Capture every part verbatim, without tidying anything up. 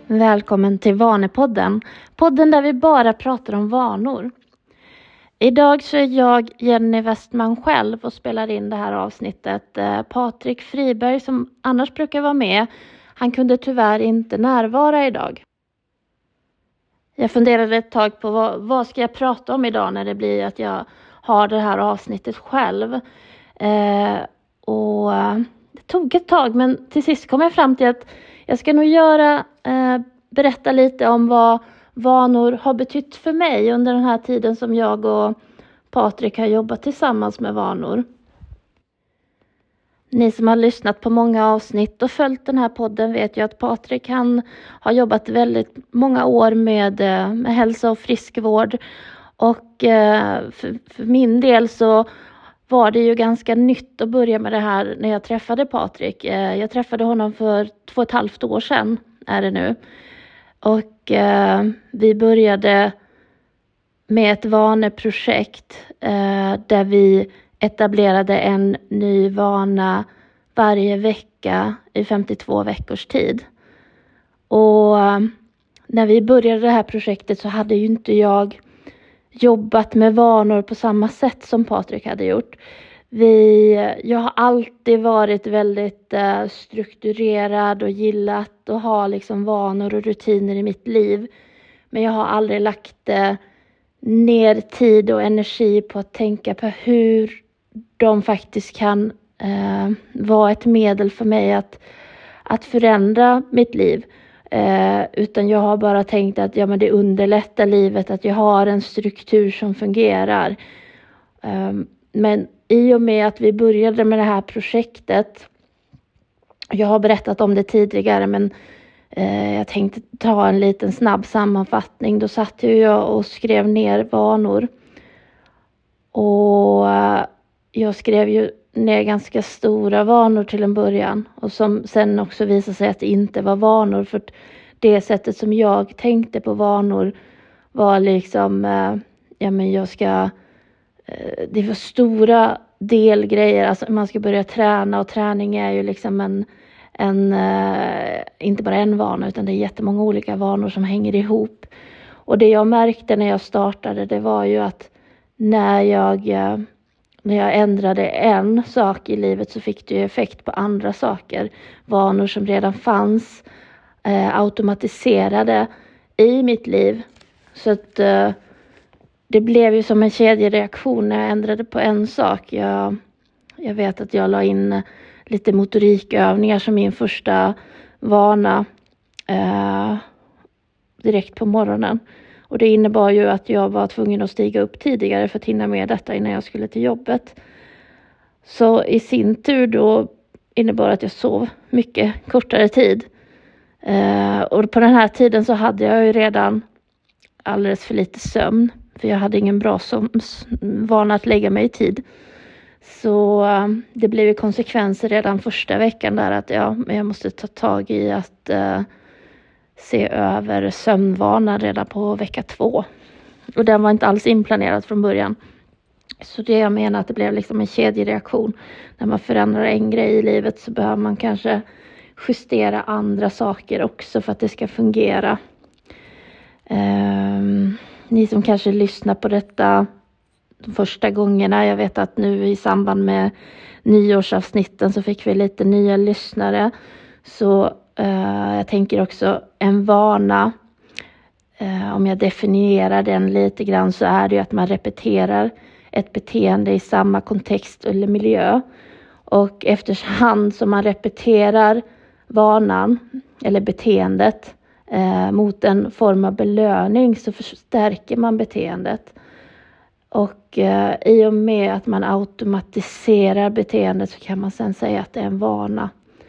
Välkommen till Vanepodden. Podden där vi bara pratar om vanor. Idag så är jag Jenny Westman själv och spelar in det här avsnittet. Patrik Friberg som annars brukar vara med, han kunde tyvärr inte närvara idag. Jag funderade ett tag på vad, vad ska jag prata om idag när det blir att jag har det här avsnittet själv. Eh, och det tog ett tag, men till sist kom jag fram till att jag ska nog göra, eh, berätta lite om vad vanor har betytt för mig under den här tiden som jag och Patrik har jobbat tillsammans med vanor. Ni som har lyssnat på många avsnitt och följt den här podden vet ju att Patrik han har jobbat väldigt många år med, med hälsa och friskvård. Och eh, för, för min del så var det ju ganska nytt att börja med det här när jag träffade Patrik. Eh, jag träffade honom för två och ett halvt år sedan är det nu. Och eh, vi började med ett vaneprojekt eh, där vi etablerade en ny vana varje vecka i femtiotvå veckors tid. Och när vi började det här projektet så hade ju inte jag jobbat med vanor på samma sätt som Patrik hade gjort. Vi, jag har alltid varit väldigt uh, strukturerad och gillat att ha liksom vanor och rutiner i mitt liv. Men jag har aldrig lagt uh, ner tid och energi på att tänka på hur de faktiskt kan uh, vara ett medel för mig att, att förändra mitt liv. Uh, utan jag har bara tänkt att ja, men det underlättar livet att jag har en struktur som fungerar. Um, men i och med att vi började med det här projektet, jag har berättat om det tidigare men eh, jag tänkte ta en liten snabb sammanfattning. Då satt jag och skrev ner vanor. Och eh, jag skrev ju ner ganska stora vanor till en början. Och som sen också visade sig att det inte var vanor. För det sättet som jag tänkte på vanor var liksom, eh, ja men jag ska... Det var stora delgrejer, alltså man ska börja träna och träning är ju liksom en, en uh, inte bara en vana utan det är jättemånga olika vanor som hänger ihop. Och det jag märkte när jag startade det var ju att när jag, uh, när jag ändrade en sak i livet så fick det ju effekt på andra saker. Vanor som redan fanns uh, automatiserade i mitt liv. Så att... Uh, Det blev ju som en kedjereaktion när jag ändrade på en sak. Jag, jag vet att jag la in lite motorikövningar som min första vana eh, direkt på morgonen. Och det innebar ju att jag var tvungen att stiga upp tidigare för att hinna med detta innan jag skulle till jobbet. Så i sin tur då innebar att jag sov mycket kortare tid. Eh, och på den här tiden så hade jag ju redan alldeles för lite sömn. För jag hade ingen bra som, vana att lägga mig i tid. Så uh, det blev ju konsekvenser redan första veckan där att ja, men jag måste ta tag i att uh, se över sömnvanan redan på vecka två. Och den var inte alls inplanerad från början. Så det jag menar att det blev liksom en kedjereaktion. När man förändrar en grej i livet så behöver man kanske justera andra saker också för att det ska fungera. Um, Ni som kanske lyssnar på detta de första gångerna. Jag vet att nu i samband med nyårsavsnitten så fick vi lite nya lyssnare. Så uh, jag tänker också en vana. Uh, om jag definierar den lite grann så är det ju att man repeterar ett beteende i samma kontext eller miljö. Och eftersom som man repeterar vanan eller beteendet Eh, mot en form av belöning så förstärker man beteendet. Och eh, i och med att man automatiserar beteendet så kan man sen säga att det är en vana.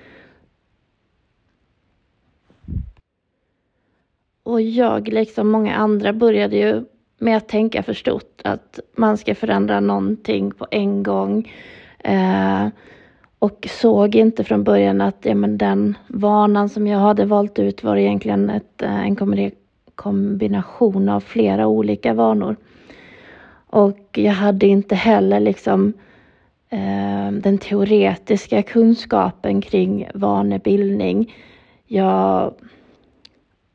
Och jag liksom många andra började ju med att tänka för stort. Att man ska förändra någonting på en gång. Eh, Och såg inte från början att ja, men den vanan som jag hade valt ut var egentligen ett, en kombination av flera olika vanor. Och jag hade inte heller liksom, eh, den teoretiska kunskapen kring vanebildning. Jag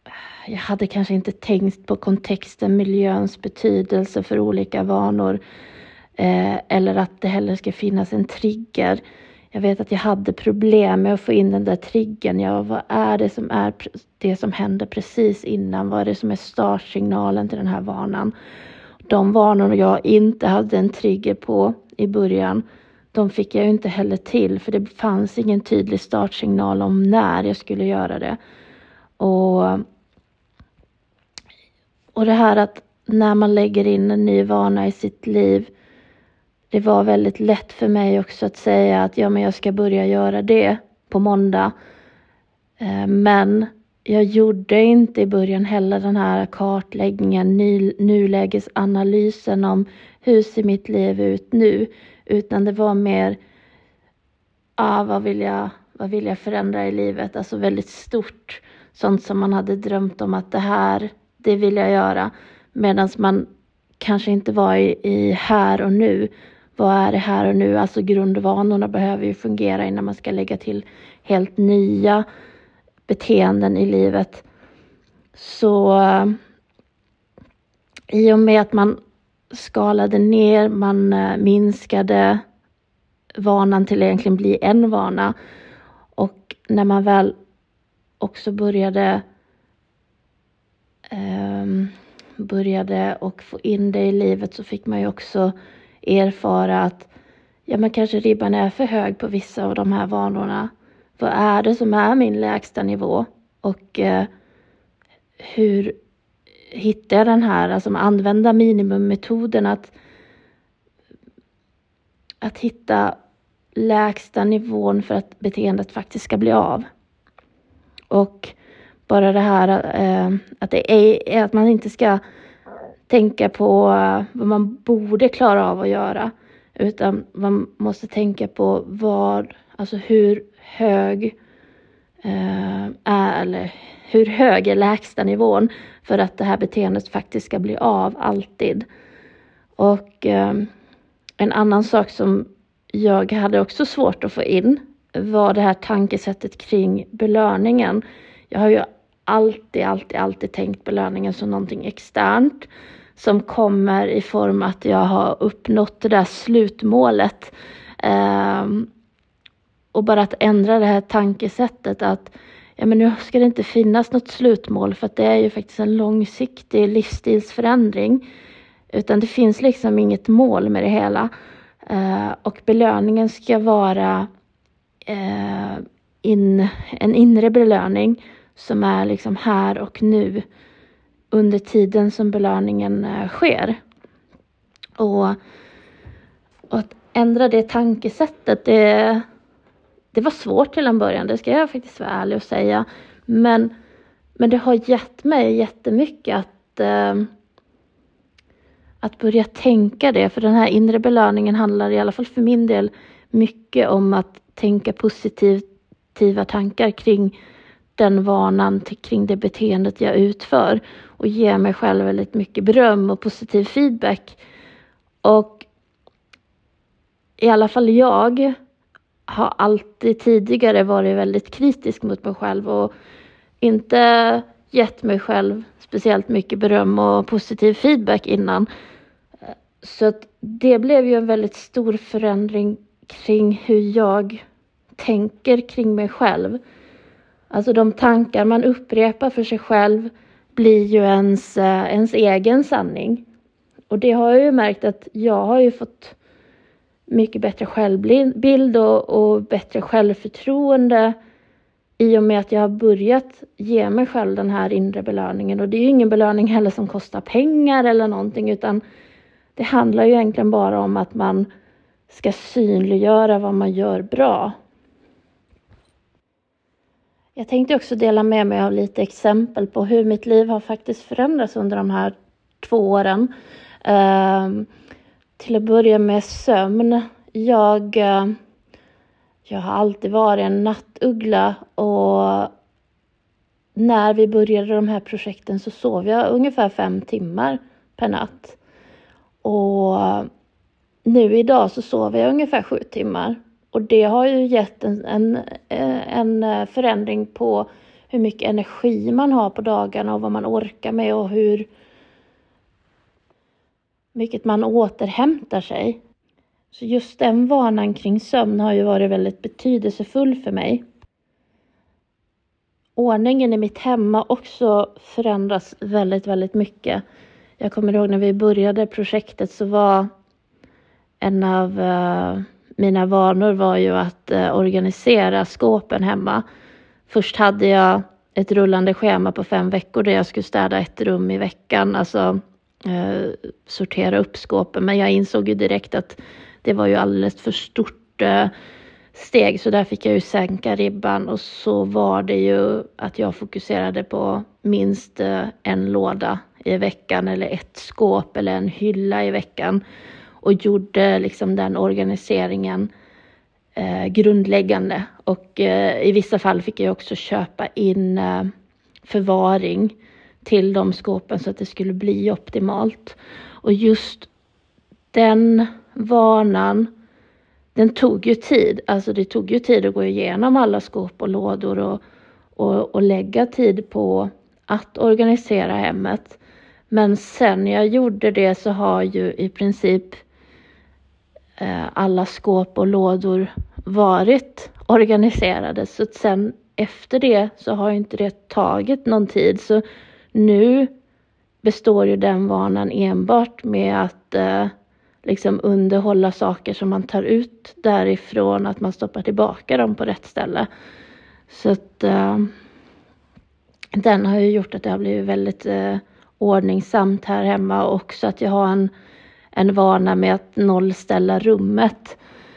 jag hade kanske inte tänkt på kontexten, miljöns betydelse för olika vanor. Eh, eller att det heller ska finnas en trigger. Jag vet att jag hade problem med att få in den där triggern. Ja, vad är det som är det som händer precis innan? Vad är det som är startsignalen till den här vanan? De vanor jag inte hade en trigger på i början, de fick jag ju inte heller till. För det fanns ingen tydlig startsignal om när jag skulle göra det. Och, och det här att när man lägger in en ny vana i sitt liv, det var väldigt lätt för mig också att säga att ja, men jag ska börja göra det på måndag. Men jag gjorde inte i början heller den här kartläggningen, ny, nulägesanalysen om hur ser mitt liv ut nu. Utan det var mer, ah, vad vill jag, vad vill jag förändra i livet? Alltså väldigt stort, sånt som man hade drömt om att det här, det vill jag göra. Medan man kanske inte var i, i här och nu. Vad är det här och nu? Alltså grundvanorna behöver ju fungera innan man ska lägga till helt nya beteenden i livet. Så i och med att man skalade ner, man minskade vanan till att egentligen bli en vana. Och när man väl också började um, började och få in det i livet, så fick man ju också erfara att ja, men kanske ribban är för hög på vissa av de här vanorna. Vad är det som är min lägsta nivå? Och eh, hur hittar jag den här, alltså använda minimummetoden att, att hitta lägsta nivån för att beteendet faktiskt ska bli av. Och bara det här eh, att, det är, att man inte ska tänka på vad man borde klara av att göra. Utan man måste tänka på vad, alltså hur hög eh, är, eller hur hög är lägsta nivån för att det här beteendet faktiskt ska bli av alltid. Och eh, en annan sak som jag hade också svårt att få in var det här tankesättet kring belöningen. Jag har ju alltid, alltid, alltid tänkt belöningen som någonting externt som kommer i form att jag har uppnått det där slutmålet. Um, och bara att ändra det här tankesättet att ja, men nu ska det inte finnas något slutmål, för att det är ju faktiskt en långsiktig livsstilsförändring. Utan det finns liksom inget mål med det hela. Uh, och belöningen ska vara uh, in, en inre belöning som är liksom här och nu under tiden som belöningen uh, sker. Och, och att ändra det tankesättet, det, det var svårt till en början, det ska jag faktiskt vara ärlig och säga. Men, men det har gett mig jättemycket att, uh, att börja tänka det. För den här inre belöningen handlar i alla fall för min del mycket om att tänka positiva tankar kring den vanan, kring det beteendet jag utför. Och ge mig själv väldigt mycket beröm och positiv feedback. Och i alla fall jag har alltid tidigare varit väldigt kritisk mot mig själv. Och inte gett mig själv speciellt mycket beröm och positiv feedback innan. Så att det blev ju en väldigt stor förändring kring hur jag tänker kring mig själv. Alltså de tankar man upprepar för sig själv blir ju ens, ens egen sanning. Och det har jag ju märkt att jag har ju fått mycket bättre självbild och, och bättre självförtroende i och med att jag har börjat ge mig själv den här inre belöningen. Och det är ju ingen belöning heller som kostar pengar eller någonting, utan det handlar ju egentligen bara om att man ska synliggöra vad man gör bra. Jag tänkte också dela med mig av lite exempel på hur mitt liv har faktiskt förändrats under de här två åren. Uh, till att börja med sömn. Jag, uh, jag har alltid varit en nattuggla, och när vi började de här projekten så sov jag ungefär fem timmar per natt. Och nu idag så sover jag ungefär sju timmar. Och det har ju gett en, en, en förändring på hur mycket energi man har på dagarna och vad man orkar med och hur mycket man återhämtar sig. Så just den vanan kring sömn har ju varit väldigt betydelsefull för mig. Ordningen i mitt hemma också förändras väldigt, väldigt mycket. Jag kommer ihåg när vi började projektet så var en av uh, mina vanor var ju att uh, organisera skåpen hemma. Först hade jag ett rullande schema på fem veckor där jag skulle städa ett rum i veckan. Alltså uh, sortera upp skåpen. Men jag insåg ju direkt att det var ju alldeles för stort uh, steg. Så där fick jag ju sänka ribban. Och så var det ju att jag fokuserade på minst uh, en låda i veckan. Eller ett skåp eller en hylla i veckan. Och gjorde liksom den organiseringen eh, grundläggande. Och eh, i vissa fall fick jag också köpa in eh, förvaring till de skåpen så att det skulle bli optimalt. Och just den vanan, den tog ju tid. Alltså det tog ju tid att gå igenom alla skåp och lådor och, och, och lägga tid på att organisera hemmet. Men sen jag gjorde det så har ju i princip alla skåp och lådor varit organiserade. Så sen efter det så har inte det tagit någon tid. Så nu består ju den vanan enbart med att eh, liksom underhålla saker som man tar ut därifrån. Att man stoppar tillbaka dem på rätt ställe. Så att eh, den har ju gjort att det har blivit väldigt eh, ordningsamt här hemma. Och också att jag har en En vana med att nollställa rummet.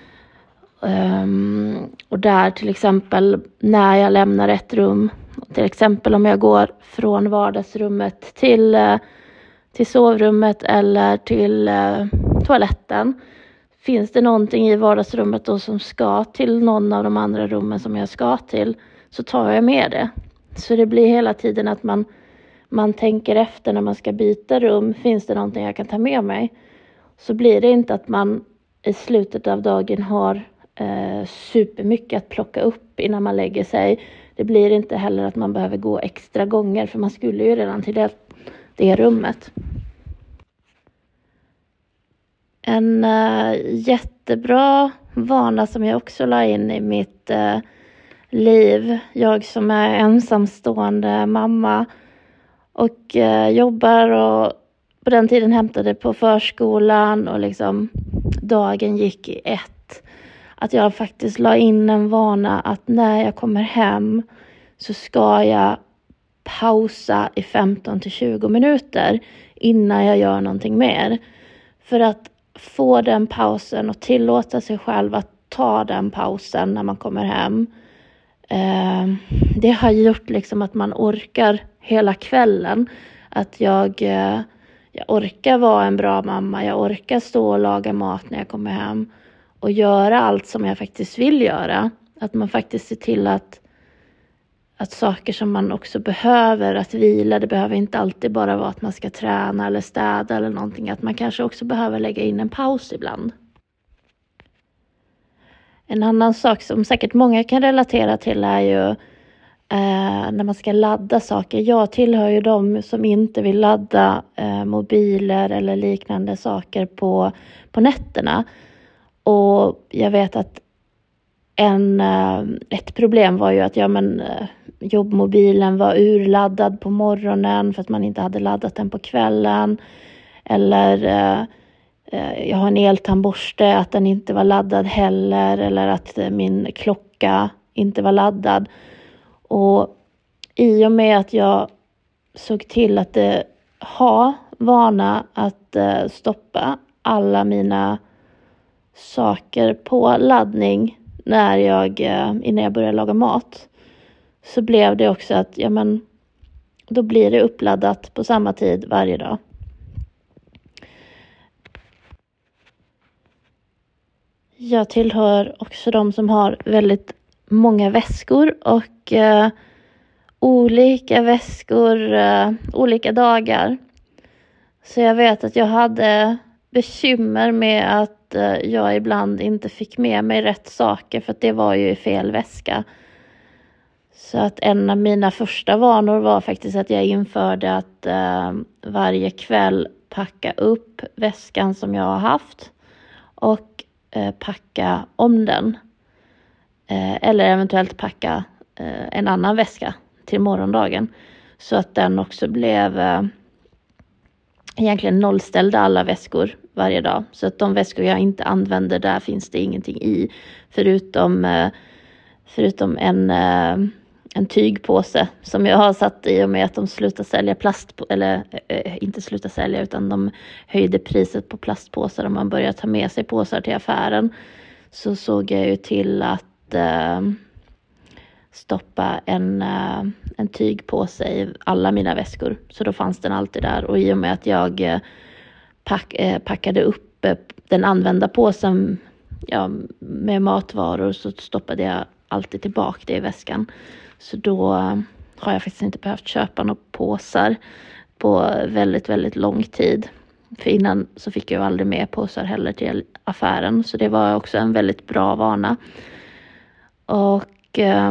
Um, och där till exempel när jag lämnar ett rum. Till exempel om jag går från vardagsrummet till, uh, till sovrummet eller till uh, toaletten. Finns det någonting i vardagsrummet då som ska till någon av de andra rummen som jag ska till. Så tar jag med det. Så det blir hela tiden att man, man tänker efter när man ska byta rum. Finns det någonting jag kan ta med mig? Så blir det inte att man i slutet av dagen har eh, supermycket att plocka upp innan man lägger sig. Det blir inte heller att man behöver gå extra gånger för man skulle ju redan till det, det rummet. En eh, jättebra vana som jag också la in i mitt eh, liv. Jag som är ensamstående mamma och eh, jobbar och på den tiden hämtade på förskolan och liksom dagen gick i ett. Att jag faktiskt la in en vana att när jag kommer hem så ska jag pausa i femton till tjugo minuter innan jag gör någonting mer. För att få den pausen och tillåta sig själv att ta den pausen när man kommer hem. Eh, det har gjort liksom att man orkar hela kvällen. Att jag... Eh, Jag orkar vara en bra mamma. Jag orkar stå och laga mat när jag kommer hem. Och göra allt som jag faktiskt vill göra. Att man faktiskt ser till att, att saker som man också behöver. Att vila. Det behöver inte alltid bara vara att man ska träna eller städa eller någonting. Att man kanske också behöver lägga in en paus ibland. En annan sak som säkert många kan relatera till är ju Eh, när man ska ladda saker. Jag tillhör ju de som inte vill ladda eh, mobiler eller liknande saker på, på nätterna. Och jag vet att en, eh, ett problem var ju att ja, men, eh, jobbmobilen var urladdad på morgonen för att man inte hade laddat den på kvällen. Eller eh, eh, jag har en eltandborste, att den inte var laddad heller. Eller att eh, min klocka inte var laddad. Och i och med att jag såg till att uh, ha vana att uh, stoppa alla mina saker på laddning när jag, uh, innan jag började laga mat. Så blev det också att ja, men, då blir det uppladdat på samma tid varje dag. Jag tillhör också de som har väldigt många väskor och eh, olika väskor, eh, olika dagar. Så jag vet att jag hade bekymmer med att eh, jag ibland inte fick med mig rätt saker för att det var ju i fel väska. Så att en av mina första vanor var faktiskt att jag införde att eh, varje kväll packa upp väskan som jag har haft och eh, packa om den. Eh, eller eventuellt packa eh, en annan väska till morgondagen. Så att den också blev eh, egentligen nollställda alla väskor varje dag. Så att de väskor jag inte använder, där finns det ingenting i. Förutom, eh, förutom en... Eh, en tygpåse som jag har satt i och med att de slutar sälja plast, eller äh, inte slutar sälja utan de höjde priset på plastpåsar och man börjar ta med sig påsar till affären. Så såg jag ju till att äh, stoppa en, äh, en tygpåse i alla mina väskor. Så då fanns den alltid där, och i och med att jag äh, pack, äh, packade upp äh, den använda påsen ja, med matvaror, så stoppade jag alltid tillbaka det i väskan. Så då har jag faktiskt inte behövt köpa några påsar på väldigt, väldigt lång tid. För innan så fick jag aldrig med påsar heller till affären. Så det var också en väldigt bra vana. Och eh,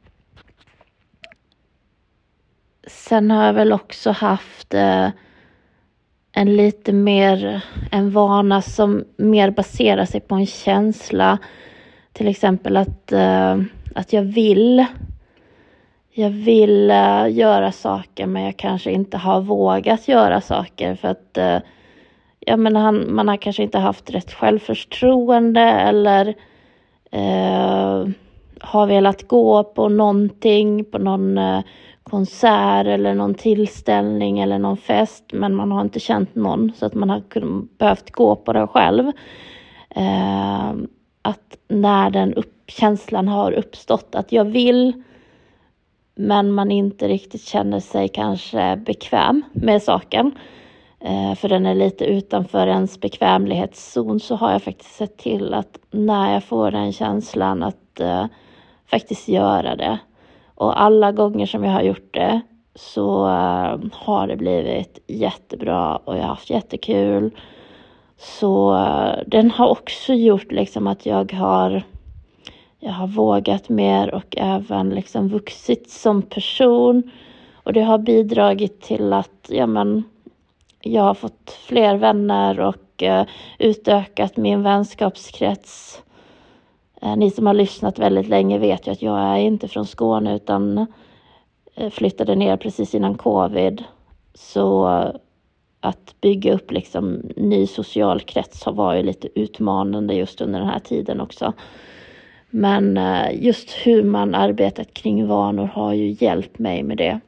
sen har jag väl också haft eh, en lite mer, en vana som mer baserar sig på en känsla. Till exempel att, eh, att jag vill... Jag vill uh, göra saker, men jag kanske inte har vågat göra saker för att uh, ja, men han, man har kanske inte haft rätt självförtroende eller uh, har velat gå på någonting, på någon uh, konsert eller någon tillställning eller någon fest, men man har inte känt någon så att man har behövt gå på det själv. Uh, att när den upp, känslan har uppstått att jag vill, men man inte riktigt känner sig kanske bekväm med saken. Eh, för den är lite utanför ens bekvämlighetszon, så har jag faktiskt sett till att när jag får den känslan att eh, faktiskt göra det. Och alla gånger som jag har gjort det så eh, har det blivit jättebra och jag har haft jättekul. Så eh, den har också gjort liksom att jag har... Jag har vågat mer och även liksom vuxit som person. Och det har bidragit till att ja, men, jag har fått fler vänner och uh, utökat min vänskapskrets. Uh, ni som har lyssnat väldigt länge vet ju att jag är inte från Skåne utan uh, flyttade ner precis innan covid. Så uh, att bygga upp liksom ny social krets har varit lite utmanande just under den här tiden också. Men just hur man arbetat kring vanor har ju hjälpt mig med det.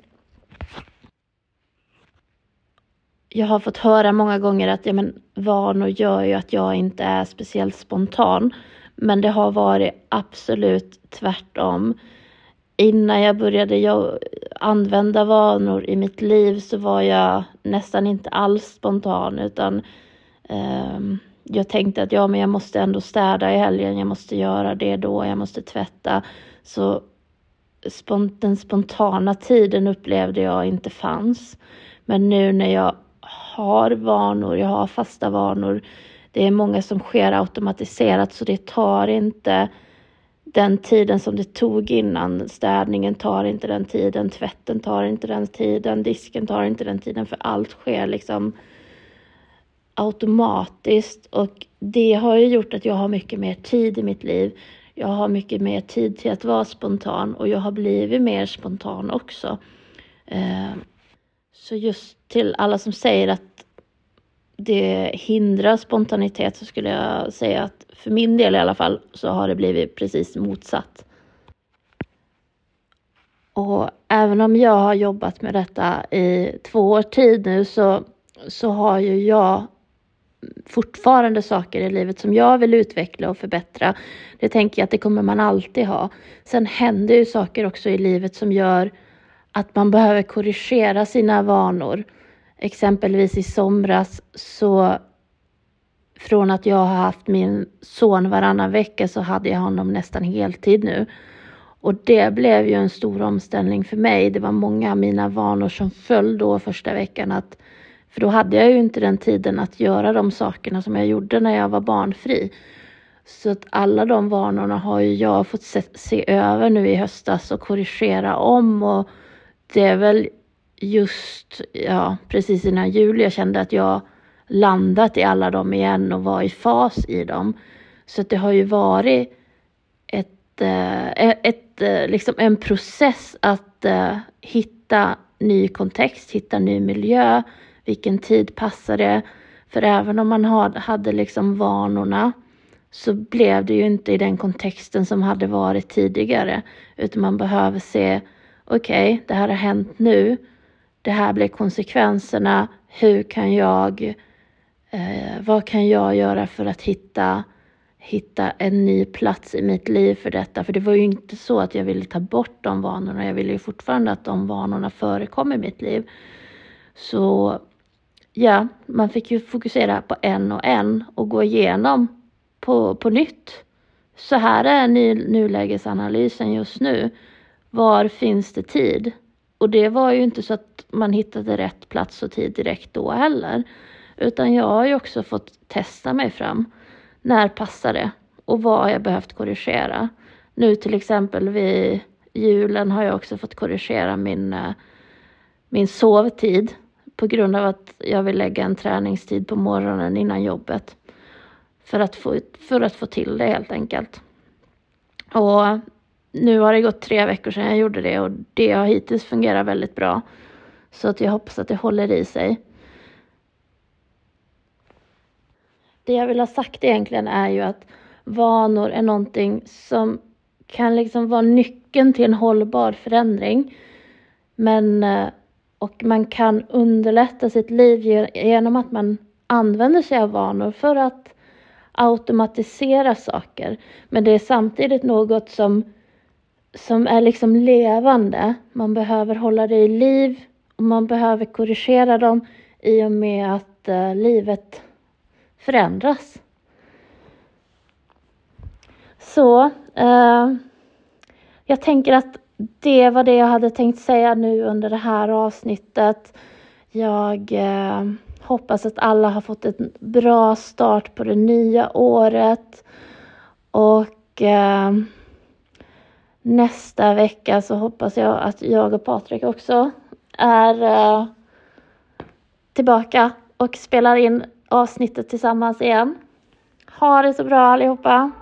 Jag har fått höra många gånger att ja, men, vanor gör ju att jag inte är speciellt spontan. Men det har varit absolut tvärtom. Innan jag började jag använda vanor i mitt liv så var jag nästan inte alls spontan, utan... Um, Jag tänkte att ja, men jag måste ändå städa i helgen, jag måste göra det då, jag måste tvätta. Så spont- den spontana tiden upplevde jag inte fanns. Men nu när jag har vanor, jag har fasta vanor, det är många som sker automatiserat, så det tar inte den tiden som det tog innan. Städningen tar inte den tiden, tvätten tar inte den tiden, disken tar inte den tiden, för allt sker liksom automatiskt, och det har ju gjort att jag har mycket mer tid i mitt liv. Jag har mycket mer tid till att vara spontan, och jag har blivit mer spontan också. Så just till alla som säger att det hindrar spontanitet, så skulle jag säga att för min del i alla fall så har det blivit precis motsatt. Och även om jag har jobbat med detta i två år tid nu, så, så har ju jag fortfarande saker i livet som jag vill utveckla och förbättra. Det tänker jag att det kommer man alltid ha. Sen händer ju saker också i livet som gör att man behöver korrigera sina vanor. Exempelvis i somras, så från att jag har haft min son varannan vecka så hade jag honom nästan heltid nu. Och det blev ju en stor omställning för mig. Det var många av mina vanor som föll då första veckan. Att, för då hade jag ju inte den tiden att göra de sakerna som jag gjorde när jag var barnfri. Så att alla de vanorna har ju jag fått se, se över nu i höstas och korrigera om. Och det är väl just ja, precis innan jul jag kände att jag landat i alla dem igen och var i fas i dem. Så att det har ju varit ett, ett, ett, liksom en process att uh, hitta ny kontext, hitta ny miljö, vilken tid passar det. För även om man had, hade liksom vanorna så blev det ju inte i den kontexten som hade varit tidigare. Utan man behöver se, okej, okay, det här har hänt nu. Det här blir konsekvenserna. Hur kan jag, eh, vad kan jag göra för att hitta, hitta en ny plats i mitt liv för detta? För det var ju inte så att jag ville ta bort de vanorna. Jag ville ju fortfarande att de vanorna förekom i mitt liv. Så ja, man fick ju fokusera på en och en och gå igenom på, på nytt. Så här är ny, nulägesanalysen just nu. Var finns det tid? Och det var ju inte så att man hittade rätt plats och tid direkt då heller. Utan jag har ju också fått testa mig fram. När passar det? Och vad har jag behövt korrigera? Nu till exempel vid julen har jag också fått korrigera min, min sovtid. På grund av att jag vill lägga en träningstid på morgonen innan jobbet. För att få, för att få till det helt enkelt. Och nu har det gått tre veckor sedan jag gjorde det. Och det har hittills fungerat väldigt bra. Så att jag hoppas att det håller i sig. Det jag vill ha sagt egentligen är ju att vanor är någonting som kan liksom vara nyckeln till en hållbar förändring. Men, och man kan underlätta sitt liv genom att man använder sig av vanor för att automatisera saker. Men det är samtidigt något som, som är liksom levande. Man behöver hålla det i liv och man behöver korrigera dem i och med att uh, livet förändras. Så uh, jag tänker att det var det jag hade tänkt säga nu under det här avsnittet. Jag uh, hoppas att alla har fått en bra start på det nya året. Och uh, nästa vecka så hoppas jag att jag och Patrik också är uh, tillbaka och spelar in avsnittet tillsammans igen. Ha det så bra allihopa!